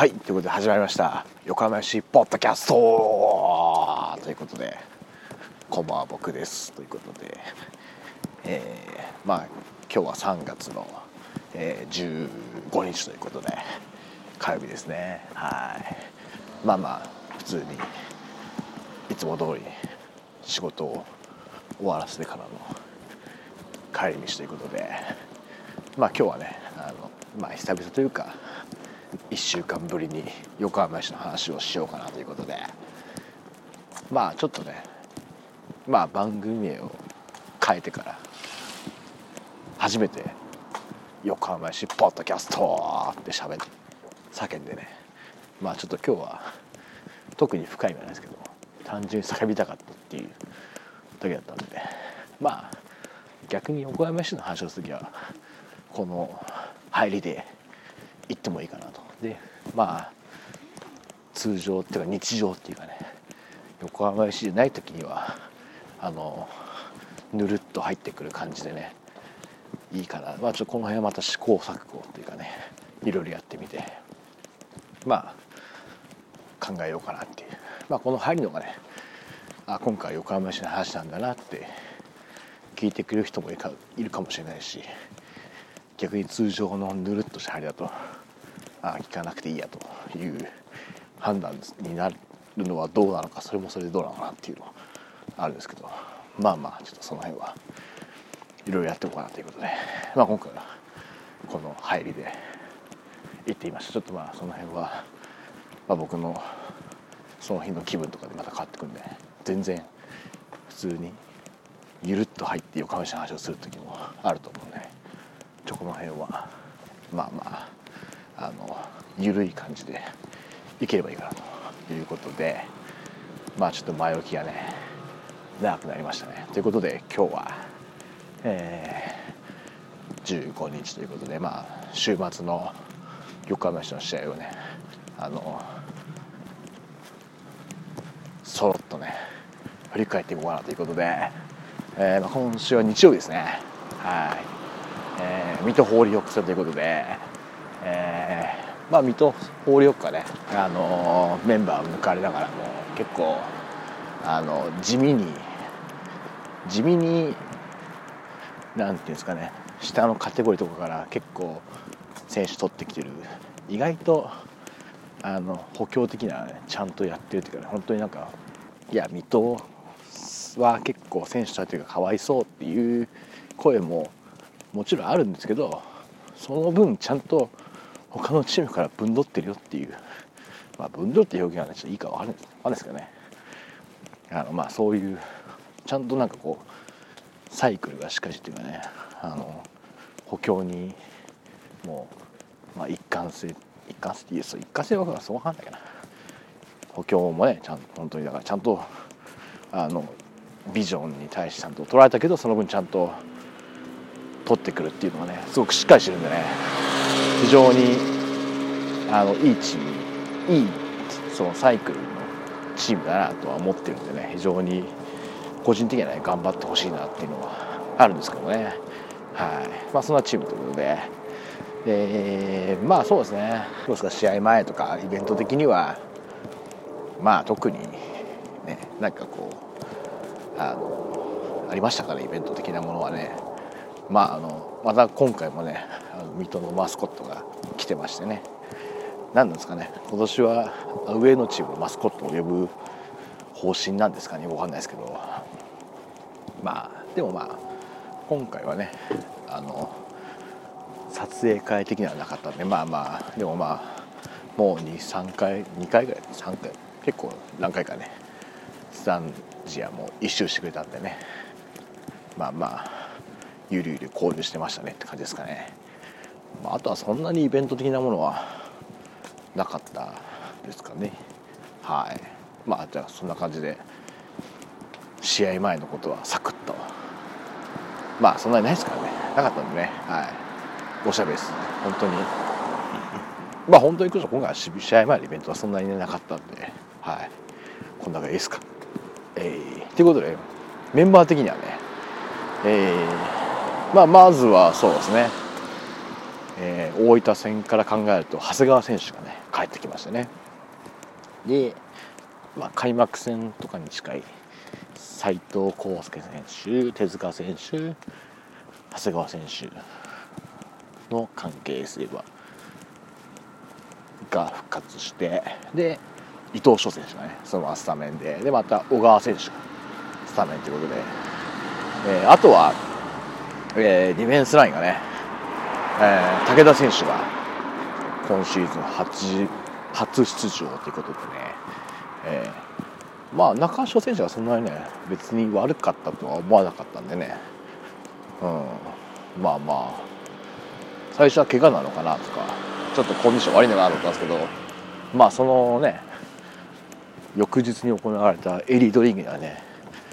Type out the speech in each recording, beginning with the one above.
はい、ということで始まりました横浜市ポッドキャストということで、こんばんは、僕ですということで、今日は3月の、15日ということで火曜日ですね。はい、普通にいつも通り仕事を終わらせてからの帰り道ということで、今日はね久々というか1週間ぶりに横浜市の話をしようかなということで、ちょっとね番組名を変えてから初めて横浜市ポッドキャストって叫んでね、ちょっと今日は特に深い意味はないですけど、単純に叫びたかったっていう時だったんで、逆に横浜市の話をする時はこの入りで言ってもいいかなと。で通常っていうか日常っていうかね、横浜市じゃない時にはぬるっと入ってくる感じでねいいかな。ちょっとこの辺はまた試行錯誤っていうかね、いろいろやってみて考えようかなっていう、この入りのがね今回横浜市の話なんだなって聞いてくれる人もいるかもしれないし、逆に通常のぬるっとした入りだと聞かなくていいやという判断になるのはどうなのか、それもそれでどうなのかなっていうのはあるんですけど、ちょっとその辺はいろいろやっていこうかなということで、今回はこの入りで行ってみました。ちょっとその辺は、僕のその日の気分とかでまた変わってくるんで、全然普通にゆるっと入って横浜市の話をする時もあると思うんで、この辺はゆるい感じでいければいいかなということで、ちょっと前置きがね長くなりましたね。ということで今日は、15日ということで、週末の横浜市の試合をねそろっとね振り返っていこうかなということで、今週は日曜日ですね。はい、水戸ホーリーホック戦ということで、水戸ホーリーホックはね、メンバーを抜かれながらも結構地味になんていうんですかね、下のカテゴリーとかから結構選手取ってきてる、意外と補強的な、ちゃんとやってるっていうか、本当に水戸は結構選手たちがかわいそうっていう声ももちろんあるんですけど、その分ちゃんと他のチームからぶんどってるよっていう、ぶんどっていう表現はねちょっといいかわかんないですけどね、そういうちゃんとサイクルがしっかりっていうかね、補強にもう、一貫性って言うと一貫性はそうわかんないかな。補強もねちゃんと本当にちゃんとビジョンに対してちゃんと捉えたけど、その分ちゃんと取ってくるっていうのがねすごくしっかりしてるんでね、非常にいいチーム、いいそのサイクルのチームだなとは思ってるんでね、非常に個人的にはね頑張ってほしいなっていうのはあるんですけどね。はい、そんなチームということで、そうですね、どうですか、試合前とかイベント的には特にねありましたかね、イベント的なものはね。また今回もね水戸のマスコットが来てましてね、何なんですかね、今年は上のチームのマスコットを呼ぶ方針なんですかね、分かんないですけど、でも今回はね撮影会的にはなかったんで、でももう2回ぐらい、3回結構何回かねスタジアムを一周してくれたんでね、ゆるゆる交流してましたねって感じですかね。あとはそんなにイベント的なものはなかったですかね。はい、じゃあそんな感じで試合前のことはサクッと、そんなにないですからね、なかったんでね、おしゃべりですね本当に。本当に今回は試合前のイベントはそんなになかったんで、こんな感じですか。ということでメンバー的にはね、まずはそうですね、 大分戦から考えると長谷川選手がね帰ってきましたね。で、開幕戦とかに近い斉藤康介選手、手塚選手、長谷川選手の関係性が復活して、で伊藤翔選手がねそのままスタメンで、また小川選手がスタメンということで、あとは、ディフェンスラインがね、武田選手が今シーズン初出場ということでね、中橋選手がそんなにね別に悪かったとは思わなかったんでね、最初は怪我なのかなとかちょっとコンディション悪いのかなと思ったんですけど、そのね翌日に行われたエリートリーグにはね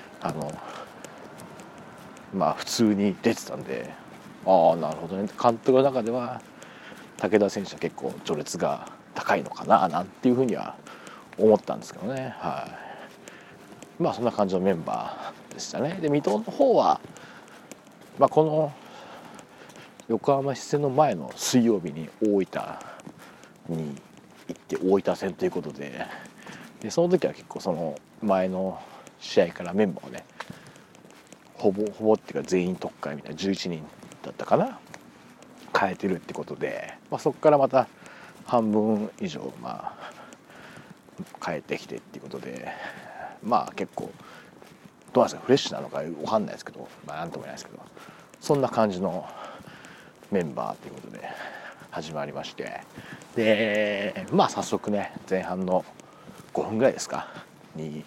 普通に出てたんで、なるほどね、監督の中では武田選手は結構序列が高いのかななんていうふうには思ったんですけどね。そんな感じのメンバーでしたね。で水戸の方は、この横浜市戦の前の水曜日に大分に行って大分戦ということで、その時は結構その前の試合からメンバーをねほぼっていうか全員特会みたいな11人だったかな変えてるってことで、そこからまた半分以上変えてきてっていうことで、結構どうなんですか、フレッシュなのか分かんないですけど、なんとも言えないですけど、そんな感じのメンバーということで始まりまして、で早速ね前半の5分ぐらいですかに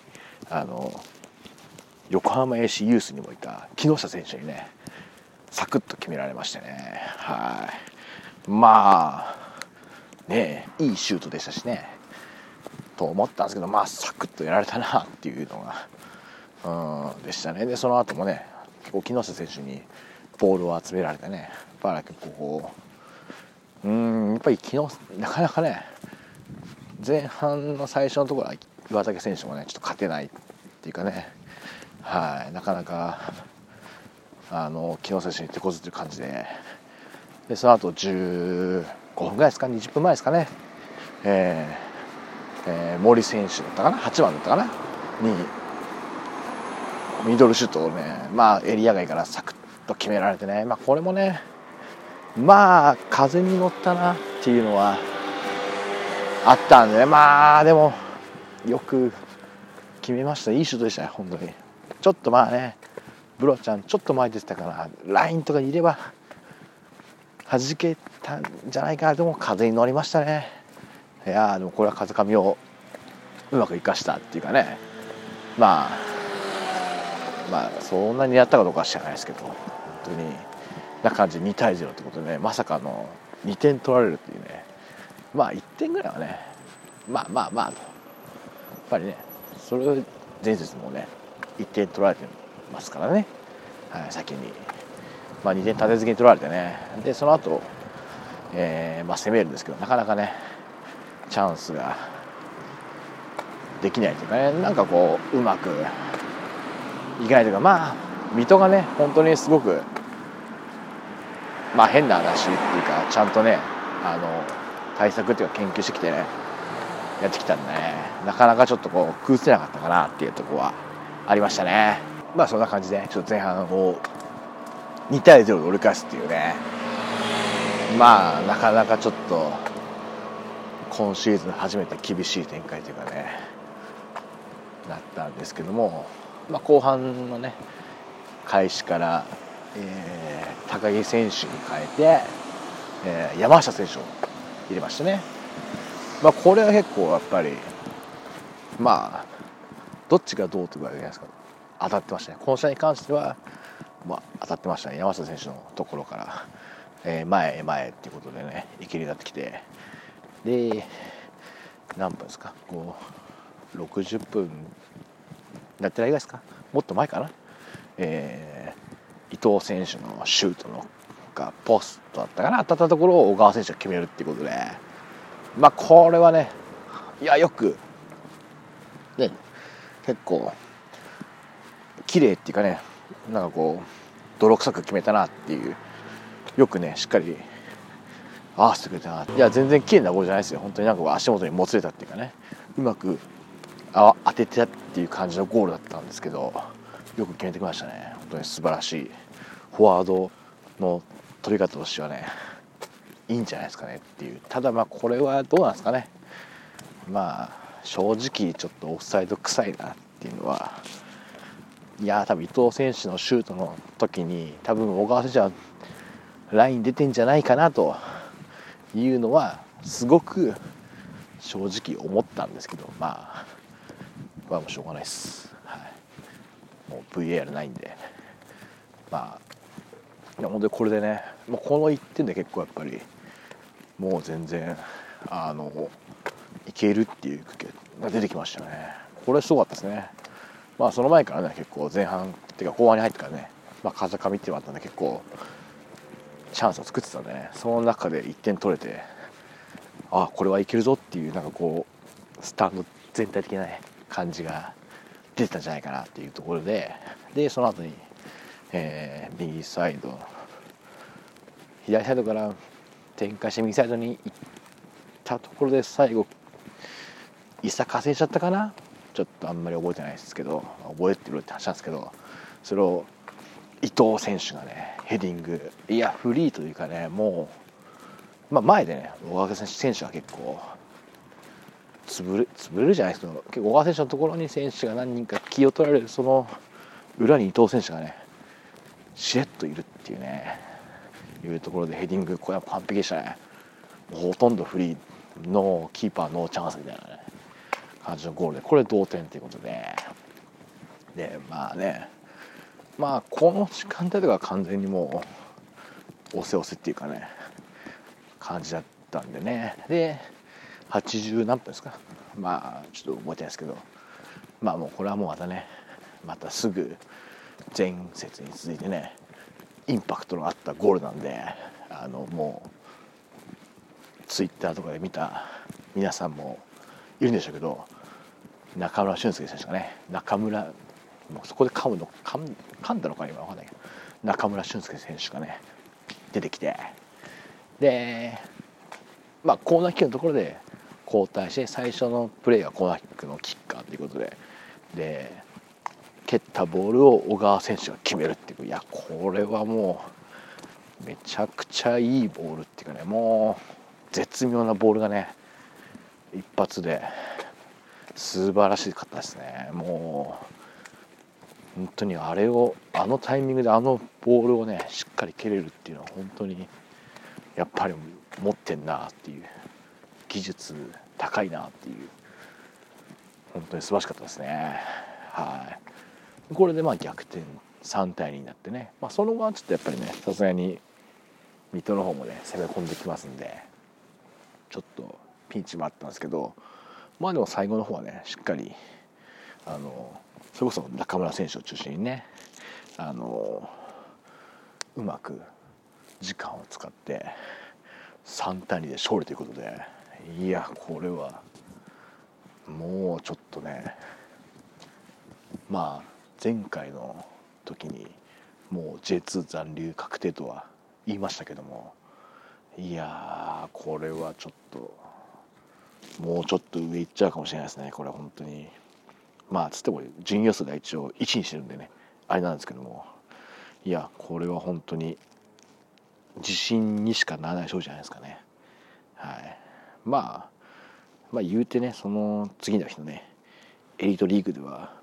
横浜 AC ユースにもいた木下選手にねサクッと決められましてね、いいシュートでしたしねと思ったんですけど、サクッとやられたなっていうのがでしたね。でその後もね結構木下選手にボールを集められてね、結構やっぱりなかなかね前半の最初のところは岩竹選手もねちょっと勝てないっていうかね、なかなか木下選手に手こずってる感じで、その後15分ぐらいですか、20分前ですかね、森選手だったかな、8番だったかなにミドルシュートをねエリア外からサクッと決められてね、これもね風に乗ったなっていうのはあったんで、でもよく決めました。いいシュートでしたね本当に。ちょっとブロちゃんちょっと前でしたからラインとかにいれば弾けたんじゃないかな。でも風に乗りましたね。いやでもこれは風上をうまく生かしたっていうかね、そんなにやったかどうかは知らないですけど、本当にな感じで2対0ってことでね、まさかの2点取られるっていうね、1点ぐらいはねとやっぱりねそれを前節もね1点取られてますからね、先に、2点立て続けに取られてね、でその後、攻めるんですけどなかなかねチャンスができないというかね、うまくいかないというか、水戸がね本当にすごく変な話っていうかちゃんとね対策っていうか研究してきてねやってきたんでね、なかなかちょっと崩せなかったかなっていうところはありましたね。そんな感じでちょっと前半を2対0で折り返すっていうね、なかなかちょっと今シーズン初めて厳しい展開というかねなったんですけども、後半のね開始から、高木選手に変えて、山下選手を入れましたね。これは結構やっぱりどっちがどうというかじゃないですか、当たってましたね。この試合に関しては当たってましたね。山下選手のところから、前へ前へっていうことでねいけるようになってきて、で何分ですか60分だってないぐらいですか、もっと前かな、伊藤選手のシュートのがポストだったかな、当たったところを小川選手が決めるっていうことで、これはねよくね結構綺麗っていうかね泥臭く決めたなっていう、よくねしっかり合わせてくれたな。いや全然綺麗なゴールじゃないですよ。本当になんか足元にもつれたっていうかね、うまく当ててたっていう感じのゴールだったんですけど、よく決めてきましたね。本当に素晴らしいフォワードの取り方としてはね、いいんじゃないですかねっていう。ただまあこれはどうなんですかね。まあ正直ちょっとオフサイド臭いなっていうのは、いや多分伊藤選手のシュートの時に多分小川選手はライン出てんじゃないかなというのはすごく正直思ったんですけど、まあもうしょうがないです、はい、もう VAR ないんで、まあいや本当にこれでね、もうこの1点で結構やっぱりもう全然いけるっていう空気が出てきましたね。これすごかったですね。まあその前からね結構前半っていうか後半に入ってからね、風上っていうのがあったんで結構チャンスを作ってたんでね、その中で1点取れて、あこれはいけるぞっていうなんかこうスタンド全体的な、ね、感じが出てたんじゃないかなっていうところで、その後に、右サイド左サイドから展開して右サイドに行ったところで最後伊坂選手だったかな、ちょっとあんまり覚えてないですけど、覚えてるって話なんですけど、それを伊藤選手がねヘディング、いやフリーというかね、もう、前でね小川選手が結構潰れるじゃないですけど、結構小川選手のところに選手が何人か気を取られる、その裏に伊藤選手がねしれっといるっていうね、いうところでヘディング、これは完璧でしたね。ほとんどフリーのキーパーノーチャンスみたいなね感じのゴールで、これ同点ということで、まあね、この時間帯とか完全にもう押せ押せっていうかね感じだったんでね、で80何分ですか、ちょっと覚えてないですけど、もうこれはもうまたすぐ前節に続いてねインパクトのあったゴールなんで、もうツイッターとかで見た皆さんもいるんでしょうけど、中村俊輔選手がね、もうそこで噛んだのか今分かんないけど、中村俊輔選手がね出てきて、でコーナーキックのところで交代して、最初のプレーがコーナーキックのキッカーということで蹴ったボールを小川選手が決めるっていう、いやこれはもうめちゃくちゃいいボールっていうかね、もう絶妙なボールがね一発で素晴らしかったですね。もう本当にあのタイミングであのボールをねしっかり蹴れるっていうのは本当にやっぱり持ってんなっていう、技術高いなっていう、本当に素晴らしかったですね。はい、これで逆転3対2になってね、その後はちょっとやっぱりねさすがに水戸の方もね攻め込んできますんで、ちょっとピンチもあったんですけど、でも最後の方はねしっかりそれこそ中村選手を中心にねうまく時間を使って3対2で勝利ということで、いやこれはもうちょっとね、前回の時にもう J2 残留確定とは言いましたけども、いやこれはちょっともうちょっと上行っちゃうかもしれないですね。これは本当につっても順位予想が一応1にしてるんでねあれなんですけども、いやこれは本当に自信にしかならない勝利じゃないですかね。はい、言うてね、その次の日のねエリートリーグでは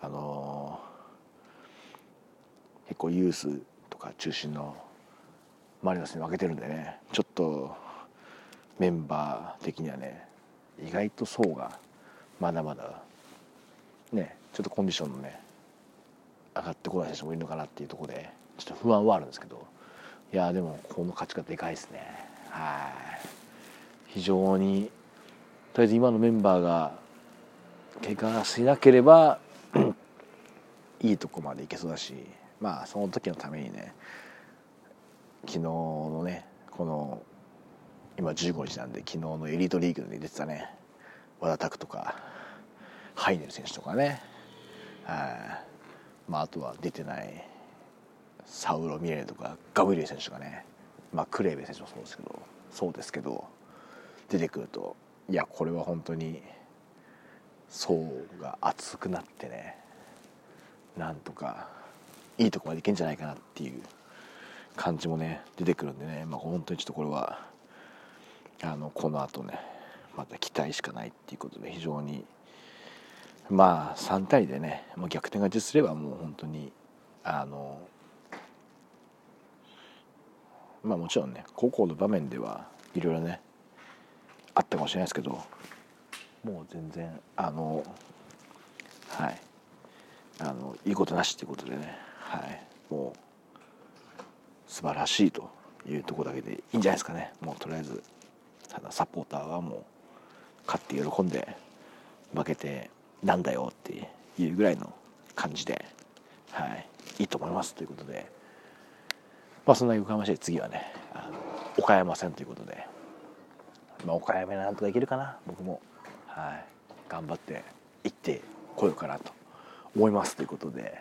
結構ユースとか中心のマリノスに負けてるんでね、ちょっとメンバー的にはね意外と層がまだまだねちょっとコンディションのね上がってこない選手もいるのかなっていうところでちょっと不安はあるんですけど、いやでもこの勝ちがでかいですね。はい、非常にとりあえず今のメンバーが怪我しなければいいとこまでいけそうだし、その時のためにね昨日のねこの今15日なんで、昨日のエリートリーグで出てたね和田拓とかハイネル選手とかね、あとは出てないサウロ・ミレーとかガブリエル選手とかね、クレーベ選手もそうですけど、 そうですけど、出てくるといやこれは本当に層が厚くなってね、なんとかいいとこまでいけんじゃないかなっていう感じもね出てくるんでね、本当にちょっとこれはこの後ねまた期待しかないっていうことで、非常に3対でね逆転勝ちすればもう本当にもちろんね高校の場面ではいろいろねあったかもしれないですけど、もう全然いいことなしっていうことでね、もう素晴らしいというところだけでいいんじゃないですかね。もうとりあえずただサポーターはもう勝って喜んで、負けてなんだよっていうぐらいの感じで、いいと思いますということで、そんな横浜市で次はね岡山戦ということで、岡山なんとかいけるかな、僕も頑張って行ってこようかなと思いますということで、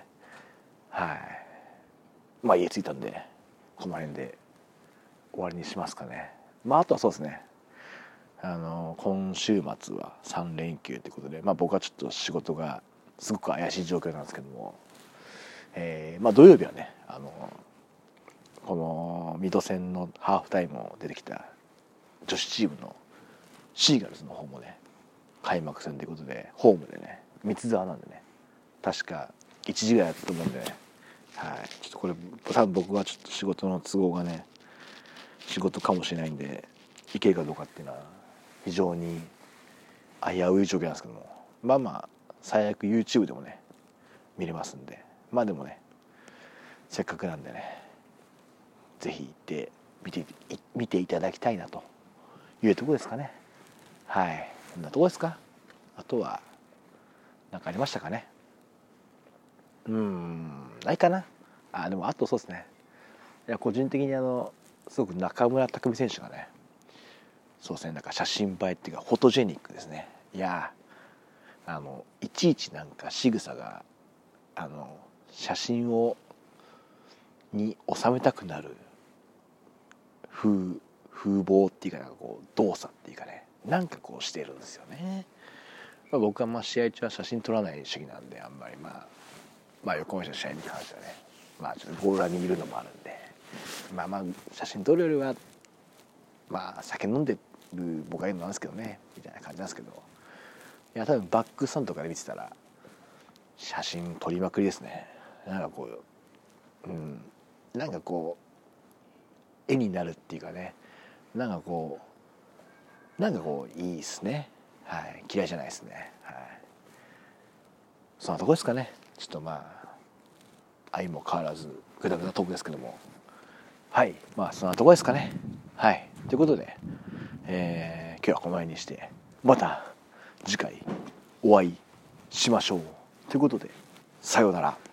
家着いたんでこの辺で終わりにしますかね。あとはそうですね、今週末は3連休ということで、僕はちょっと仕事がすごく怪しい状況なんですけども、土曜日はねこの水戸戦のハーフタイムを出てきた女子チームのシーガルズの方もね開幕戦ということで、ホームでね三沢なんでね、確か1時ぐらいだったと思うんでね、ちょっとこれ多分僕はちょっと仕事の都合がね仕事かもしれないんで行けるかどうかっていうのは非常に危うい状況なんですけども、最悪 YouTube でもね見れますんで、でもねせっかくなんでねぜひ行って見ていただきたいなというところですかね。こんなところですか。あとは何かありましたかね。ないかな。でもあとそうですね、個人的にすごく中村拓海選手がね、そうですね、なんか写真映えっていうかフォトジェニックですね。いちいちなんか仕草が写真に収めたくなる風貌っていうか、動作っていうかね、なんかしてるんですよね。僕は試合中は写真撮らない主義なんで、あんまり横浜市の試合に関してはね、ちょっとゴール裏にいるのもあるんで、写真撮るよりは酒飲んでる僕が言うのなんですけどねみたいな感じなんですけど、多分バックスタンドから見てたら写真撮りまくりですね。なんか絵になるっていうかね、いいですね。嫌いじゃないですね。そんなとこですかね。ちょっと相も変わらずグダグダトークですけども、そんなとこですかね。ということで、今日はこの辺にして、また次回お会いしましょうということで、さようなら。